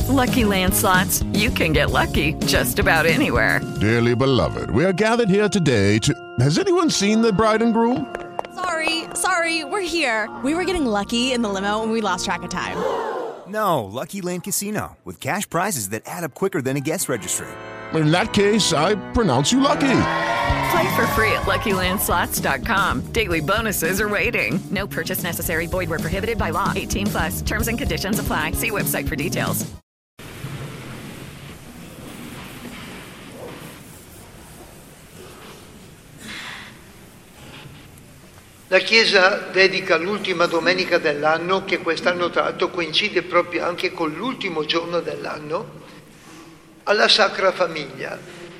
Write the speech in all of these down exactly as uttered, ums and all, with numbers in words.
Lucky Land Slots, you can get lucky just about anywhere. Dearly beloved, we are gathered here today to... Has anyone seen the bride and groom? Sorry, sorry, we're here. We were getting lucky in the limo and we lost track of time. No, Lucky Land Casino, with cash prizes that add up quicker than a guest registry. In that case, I pronounce you lucky. Play for free at Lucky Land Slots dot com. Daily bonuses are waiting. No purchase necessary. Void where prohibited by law. eighteen plus. Terms and conditions apply. See website for details. La Chiesa dedica l'ultima domenica dell'anno, che quest'anno tra l'altro coincide proprio anche con l'ultimo giorno dell'anno, alla Sacra Famiglia,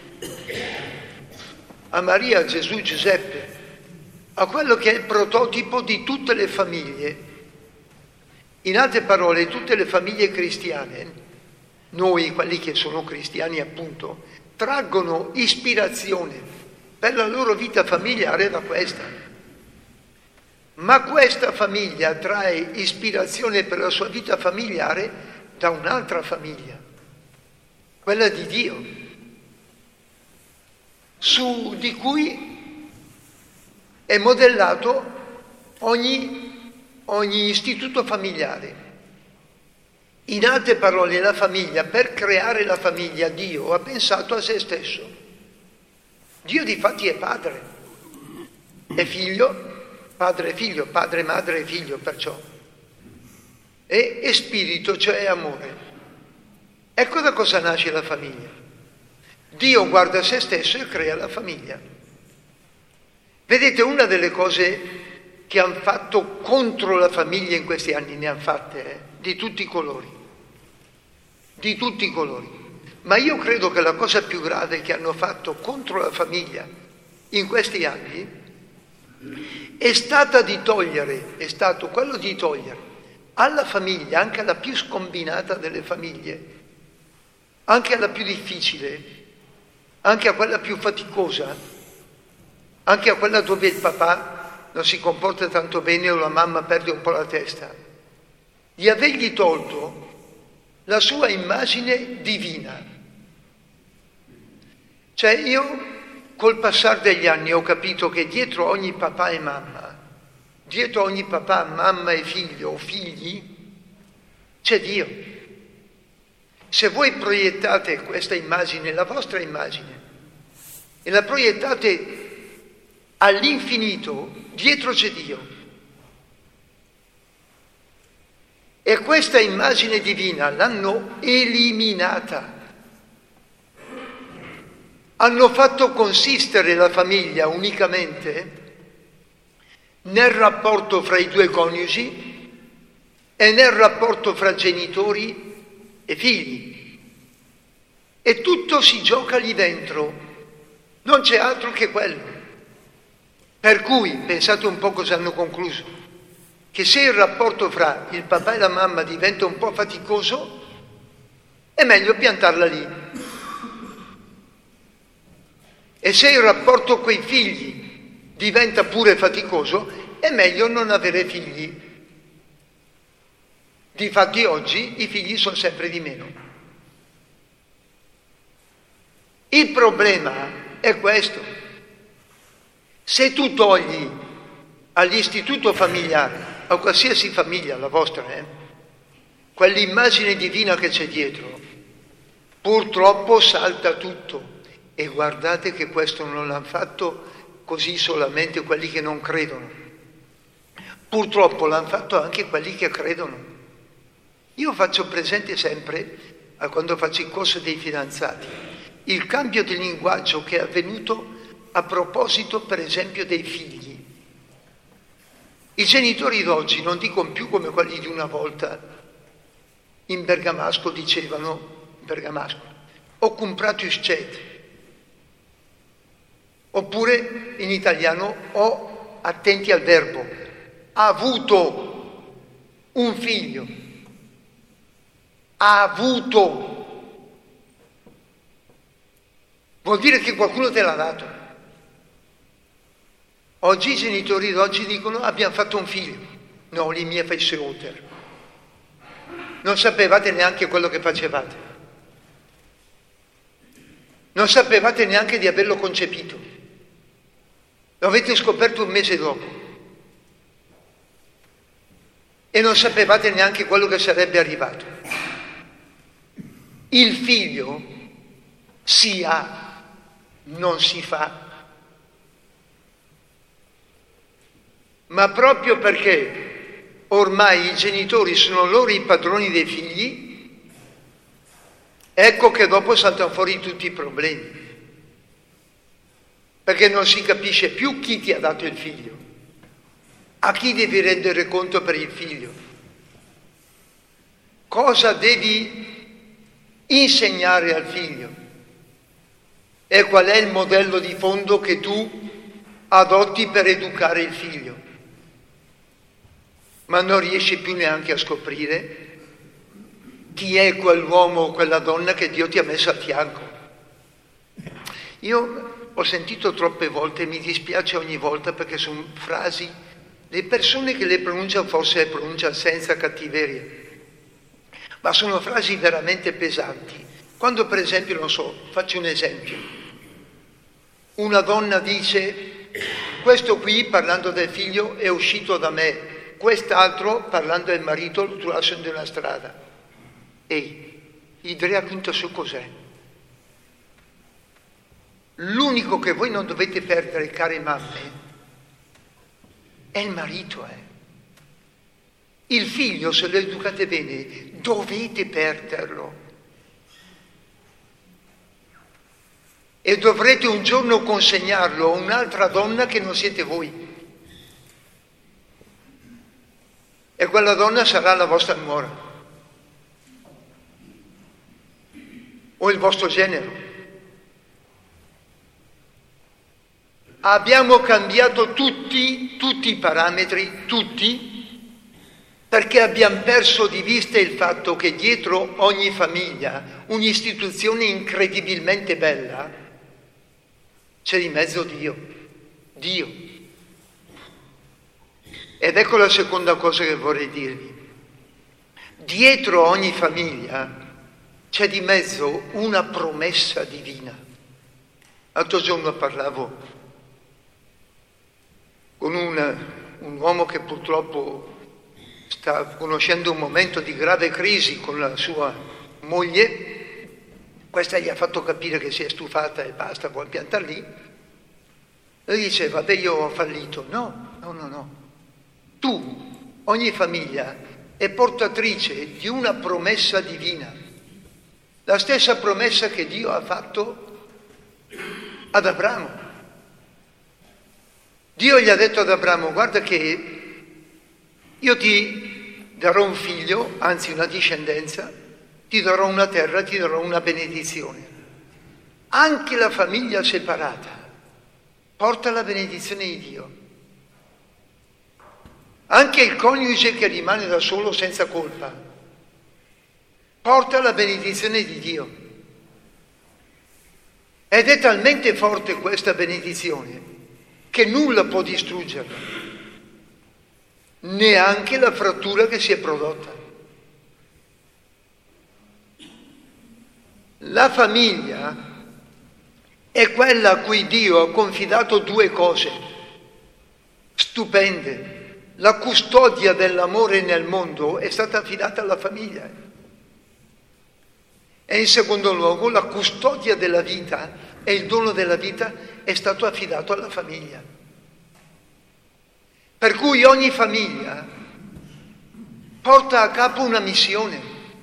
a Maria, Gesù, Giuseppe, a quello che è il prototipo di tutte le famiglie. In altre parole, tutte le famiglie cristiane, noi, quelli che sono cristiani appunto, traggono ispirazione per la loro vita familiare da questa. Ma questa famiglia trae ispirazione per la sua vita familiare da un'altra famiglia, quella di Dio, su di cui è modellato ogni, ogni istituto familiare. In altre parole, la famiglia, per creare la famiglia, Dio ha pensato a se stesso. Dio difatti è padre, è figlio, padre e figlio, padre, madre e figlio, perciò. E, e spirito, cioè amore. Ecco da cosa nasce la famiglia. Dio guarda se stesso e crea la famiglia. Vedete, una delle cose che hanno fatto contro la famiglia in questi anni, ne hanno fatte, eh, di tutti i colori. Di tutti i colori. Ma io credo che la cosa più grave che hanno fatto contro la famiglia in questi anni è stata di togliere, è stato quello di togliere alla famiglia, anche alla più scombinata delle famiglie, anche alla più difficile, anche a quella più faticosa, anche a quella dove il papà non si comporta tanto bene o la mamma perde un po' la testa, di avergli tolto la sua immagine divina. Cioè io col passare degli anni ho capito che dietro ogni papà e mamma, dietro ogni papà, mamma e figlio o figli, c'è Dio. Se voi proiettate questa immagine, la vostra immagine, e la proiettate all'infinito, dietro c'è Dio. E questa immagine divina l'hanno eliminata. Hanno fatto consistere la famiglia unicamente nel rapporto fra i due coniugi e nel rapporto fra genitori e figli. E tutto si gioca lì dentro, non c'è altro che quello. Per cui, pensate un po' cosa hanno concluso, che se il rapporto fra il papà e la mamma diventa un po' faticoso, è meglio piantarla lì. E se il rapporto coi figli diventa pure faticoso, è meglio non avere figli. Difatti oggi i figli sono sempre di meno. Il problema è questo. Se tu togli all'istituto familiare, a qualsiasi famiglia, la vostra, eh, quell'immagine divina che c'è dietro, purtroppo salta tutto. E guardate che questo non l'hanno fatto così solamente quelli che non credono. Purtroppo l'hanno fatto anche quelli che credono. Io faccio presente sempre, quando faccio il corso dei fidanzati, il cambio di linguaggio che è avvenuto a proposito, per esempio, dei figli. I genitori d'oggi non dicono più come quelli di una volta. In bergamasco dicevano, in bergamasco, ho comprato il cet. Oppure in italiano ho, attenti al verbo, ha avuto un figlio, ha avuto, vuol dire che qualcuno te l'ha dato. Oggi i genitori d'oggi dicono abbiamo fatto un figlio, no, li mie fai oter. non sapevate neanche quello che facevate. Non sapevate neanche di averlo concepito. Lo avete scoperto un mese dopo. E non sapevate neanche quello che sarebbe arrivato. Il figlio si ha, non si fa. Ma proprio perché ormai i genitori sono loro i padroni dei figli, ecco che dopo saltano fuori tutti i problemi. Perché non si capisce più chi ti ha dato il figlio, a chi devi rendere conto per il figlio, cosa devi insegnare al figlio e qual è il modello di fondo che tu adotti per educare il figlio. Ma non riesci più neanche a scoprire chi è quell'uomo o quella donna che Dio ti ha messo a fianco. Io ho sentito troppe volte, mi dispiace ogni volta perché sono frasi, le persone che le pronunciano forse le pronunciano senza cattiveria, ma sono frasi veramente pesanti. Quando per esempio, non so, faccio un esempio, una donna dice: questo qui, parlando del figlio, è uscito da me, quest'altro, parlando del marito, lo trovassero nella strada. Ehi, idea quinto su cos'è? L'unico che voi non dovete perdere, care mamme, è il marito. Eh. Il figlio, se lo educate bene, dovete perderlo. E dovrete un giorno consegnarlo a un'altra donna che non siete voi. E quella donna sarà la vostra nuora o il vostro genero. Abbiamo cambiato tutti, tutti i parametri, tutti, perché abbiamo perso di vista il fatto che dietro ogni famiglia, un'istituzione incredibilmente bella, c'è di mezzo Dio. Dio. Ed ecco la seconda cosa che vorrei dirvi. Dietro ogni famiglia c'è di mezzo una promessa divina. L'altro giorno parlavo con un, un uomo che purtroppo sta conoscendo un momento di grave crisi con la sua moglie. Questa gli ha fatto capire che si è stufata e basta, vuol piantare lì. E dice: vabbè, io ho fallito. No, no, no, no. Tu, ogni famiglia, è portatrice di una promessa divina. La stessa promessa che Dio ha fatto ad Abramo. Dio gli ha detto ad Abramo: guarda che io ti darò un figlio, anzi una discendenza, ti darò una terra, ti darò una benedizione. Anche la famiglia separata porta la benedizione di Dio. Anche il coniuge che rimane da solo senza colpa porta la benedizione di Dio. Ed è talmente forte questa benedizione che nulla può distruggerla, neanche la frattura che si è prodotta. La famiglia è quella a cui Dio ha confidato due cose stupende. La custodia dell'amore nel mondo è stata affidata alla famiglia. E in secondo luogo la custodia della vita e il dono della vita è stato affidato alla famiglia. Per cui ogni famiglia porta a capo una missione.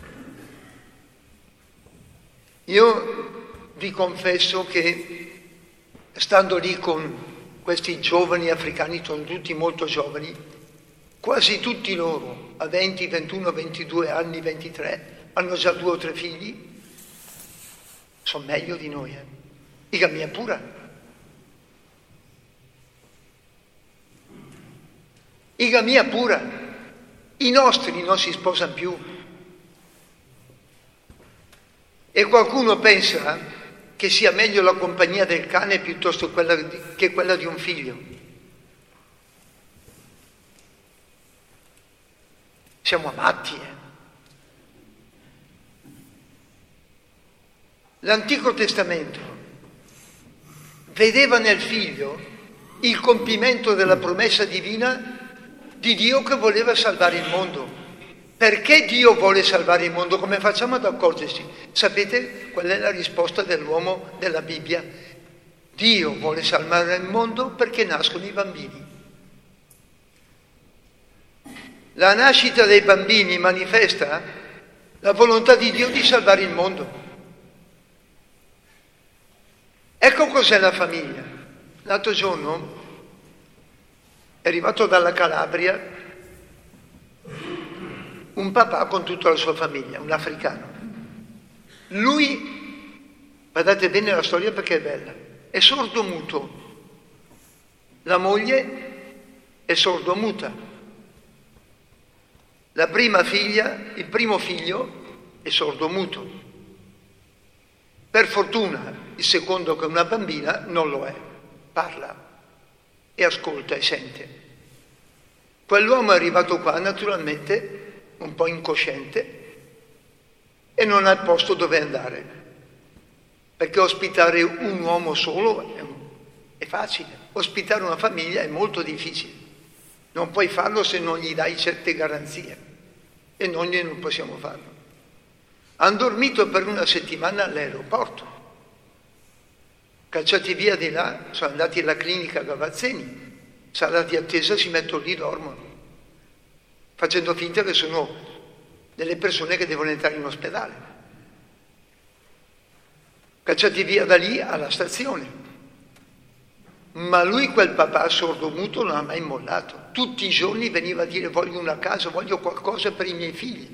Io vi confesso che stando lì con questi giovani africani, sono tutti molto giovani, quasi tutti loro a venti, ventuno, ventidue anni, ventitré, hanno già due o tre figli, sono meglio di noi, eh. Dica mia pura. Dica mia pura. I nostri non si sposano più. E qualcuno pensa che sia meglio la compagnia del cane piuttosto quella di, che quella di un figlio. Siamo amati, eh? l'Antico Testamento vedeva nel figlio il compimento della promessa divina di Dio che voleva salvare il mondo. Perché Dio vuole salvare il mondo? Come facciamo ad accorgersi? Sapete qual è la risposta dell'uomo della Bibbia? Dio vuole salvare il mondo perché nascono i bambini. La nascita dei bambini manifesta la volontà di Dio di salvare il mondo. Ecco cos'è la famiglia. L'altro giorno è arrivato dalla Calabria un papà con tutta la sua famiglia, un africano. Lui, guardate bene la storia perché è bella, è sordomuto. La moglie è sordomuta. La prima figlia, il primo figlio è sordomuto. Per fortuna il secondo, che è una bambina, non lo è, parla e ascolta e sente. Quell'uomo è arrivato qua naturalmente un po' incosciente e non ha il posto dove andare, perché ospitare un uomo solo è, è facile, ospitare una famiglia è molto difficile, non puoi farlo se non gli dai certe garanzie e noi non possiamo farlo. Hanno dormito per una settimana all'aeroporto, cacciati via di là, sono andati alla clinica Gavazzeni, sala di attesa, si mettono lì, dormono, facendo finta che sono delle persone che devono entrare in ospedale. Cacciati via da lì alla stazione. Ma lui, quel papà sordomuto, non ha mai mollato. Tutti i giorni veniva a dire: voglio una casa, voglio qualcosa per i miei figli.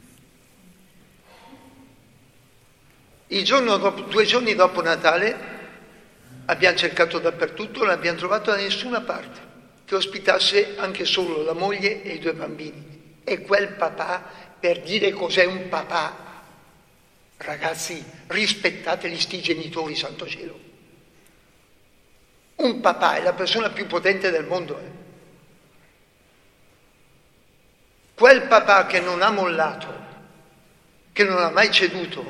Il giorno dopo, due giorni dopo Natale abbiamo cercato dappertutto, non abbiamo trovato da nessuna parte che ospitasse anche solo la moglie e i due bambini. E quel papà, per dire cos'è un papà, ragazzi, rispettateli sti genitori, santo cielo. Un papà è la persona più potente del mondo. Eh. Quel papà che non ha mollato, che non ha mai ceduto,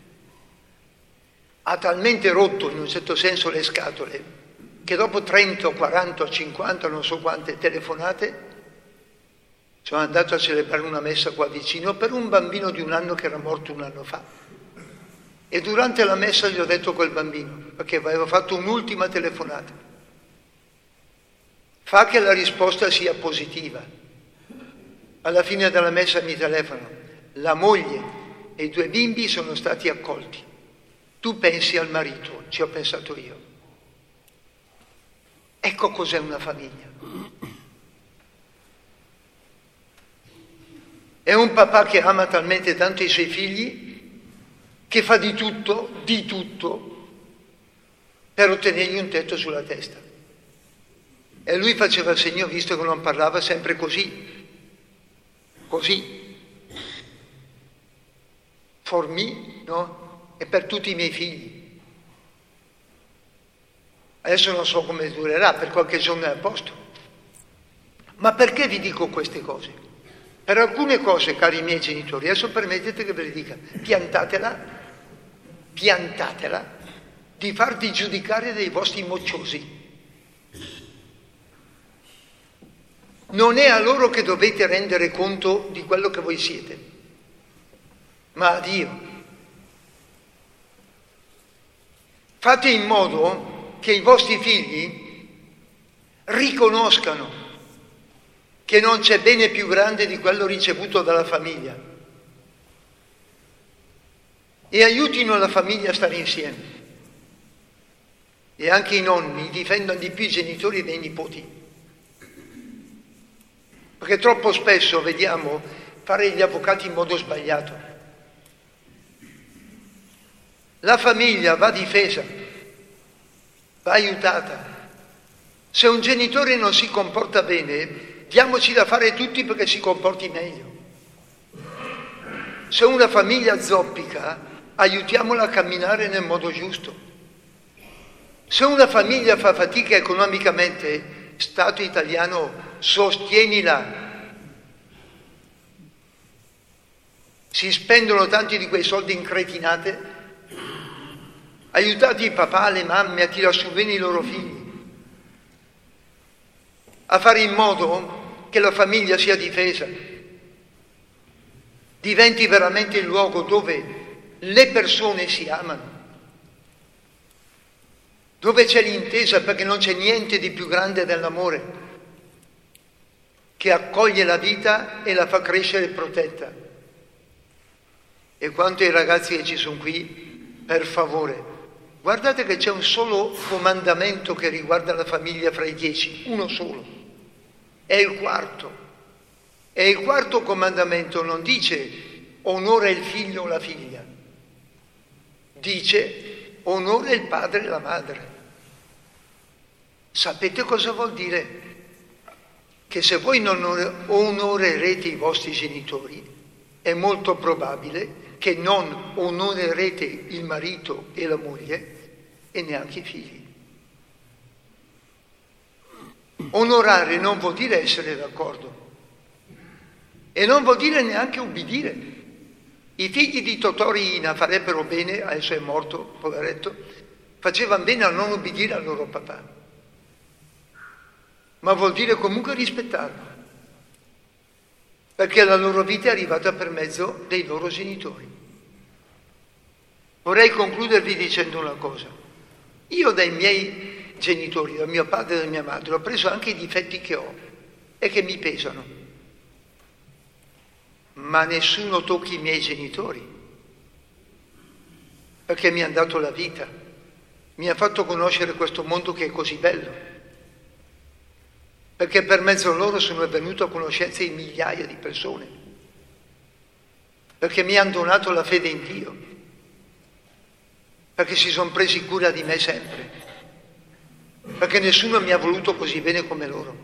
ha talmente rotto in un certo senso le scatole che dopo trenta, quaranta, cinquanta, non so quante telefonate, sono andato a celebrare una messa qua vicino per un bambino di un anno che era morto un anno fa. E durante la messa gli ho detto a quel bambino, perché avevo fatto un'ultima telefonata: fa che la risposta sia positiva. Alla fine della messa mi telefonano: la moglie e i due bimbi sono stati accolti. Tu pensi al marito, ci ho pensato io. Ecco cos'è una famiglia. È un papà che ama talmente tanto i suoi figli che fa di tutto, di tutto, per ottenergli un tetto sulla testa. E lui faceva il segno, visto che non parlava, sempre così, così, for me, no? E per tutti i miei figli. Adesso non so come durerà, per qualche giorno è a posto. Ma perché vi dico queste cose? Per alcune cose, cari miei genitori, adesso permettete che ve le dica, piantatela, piantatela, di farvi giudicare dei vostri mocciosi. Non è a loro che dovete rendere conto di quello che voi siete, ma a Dio. Fate in modo che i vostri figli riconoscano che non c'è bene più grande di quello ricevuto dalla famiglia e aiutino la famiglia a stare insieme. E anche i nonni difendano di più i genitori dei nipoti, perché troppo spesso vediamo fare gli avvocati in modo sbagliato. La famiglia va difesa, va aiutata. Se un genitore non si comporta bene, diamoci da fare tutti perché si comporti meglio. Se una famiglia zoppica, aiutiamola a camminare nel modo giusto. Se una famiglia fa fatica economicamente, Stato italiano, sostienila. Si spendono tanti di quei soldi in cretinate Aiutate i papà, le mamme a tirar su bene i loro figli, a fare in modo che la famiglia sia difesa, diventi veramente il luogo dove le persone si amano, dove c'è l'intesa, perché non c'è niente di più grande dell'amore, che accoglie la vita e la fa crescere protetta. E quanto ai ragazzi che ci sono qui, per favore, guardate che c'è un solo comandamento che riguarda la famiglia fra i dieci, uno solo, è il quarto. E il quarto comandamento non dice onora il figlio o la figlia, dice onora il padre e la madre. Sapete cosa vuol dire? Che se voi non onorerete i vostri genitori, è molto probabile che non onorerete il marito e la moglie e neanche i figli. Onorare non vuol dire essere d'accordo e non vuol dire neanche ubbidire. I figli di Totò Riina farebbero bene, adesso è morto, poveretto, facevano bene a non ubbidire al loro papà, ma vuol dire comunque rispettarlo, perché la loro vita è arrivata per mezzo dei loro genitori. Vorrei concludervi dicendo una cosa. Io dai miei genitori, da mio padre e da mia madre, ho preso anche i difetti che ho e che mi pesano, ma nessuno tocchi i miei genitori, perché mi hanno dato la vita, mi ha fatto conoscere questo mondo che è così bello, perché per mezzo loro sono venuto a conoscenza di migliaia di persone, perché mi hanno donato la fede in Dio, perché si sono presi cura di me sempre, perché nessuno mi ha voluto così bene come loro.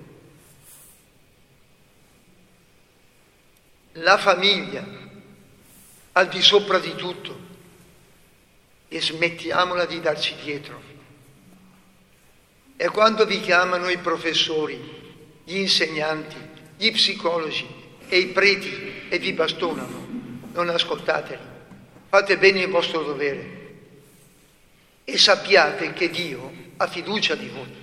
La famiglia, al di sopra di tutto, e smettiamola di darci dietro. E quando vi chiamano i professori, gli insegnanti, gli psicologi e i preti e vi bastonano, non ascoltateli, fate bene il vostro dovere e sappiate che Dio ha fiducia di voi,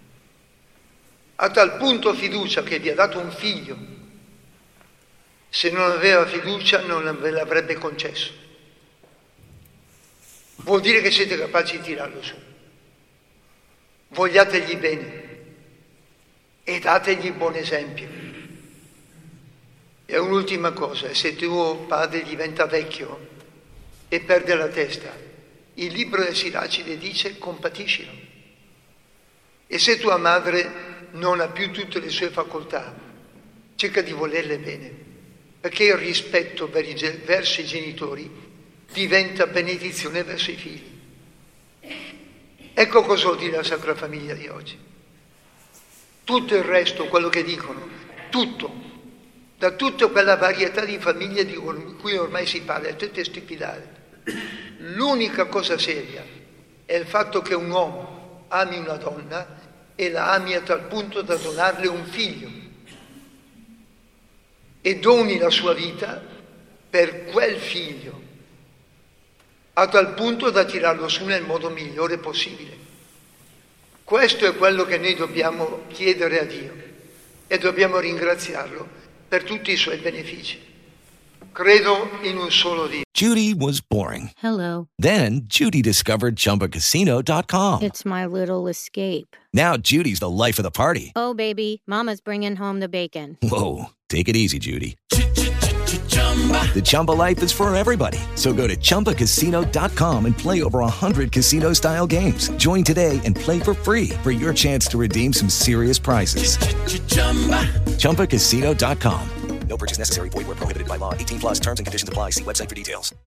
a tal punto fiducia che vi ha dato un figlio. Se non aveva fiducia non ve l'avrebbe concesso. Vuol dire che siete capaci di tirarlo su. Vogliategli bene e dategli buon esempio. E un'ultima cosa, se tuo padre diventa vecchio e perde la testa, il libro del Siracide dice compatiscilo. E se tua madre non ha più tutte le sue facoltà, cerca di volerle bene, perché il rispetto verso i genitori diventa benedizione verso i figli. Ecco cosa vuol dire la Sacra Famiglia di oggi. Tutto il resto, quello che dicono, tutto, da tutta quella varietà di famiglie di cui ormai si parla, è tutto stupidare. L'unica cosa seria è il fatto che un uomo ami una donna e la ami a tal punto da donarle un figlio e doni la sua vita per quel figlio, a tal punto da tirarlo su nel modo migliore possibile. Questo è quello che noi dobbiamo chiedere a Dio e dobbiamo ringraziarlo per tutti i suoi benefici. Credo in un solo Dio. Judy was boring. Hello. Then Judy discovered Chumba Casino dot com. It's my little escape. Now Judy's the life of the party. Oh, baby, mama's bringing home the bacon. Whoa, take it easy, Judy. The Chumba life is for everybody. So go to Chumba Casino dot com and play over one hundred casino-style games. Join today and play for free for your chance to redeem some serious prizes. Chumba Casino dot com. No purchase necessary. Void where prohibited by law. eighteen plus terms and conditions apply. See website for details.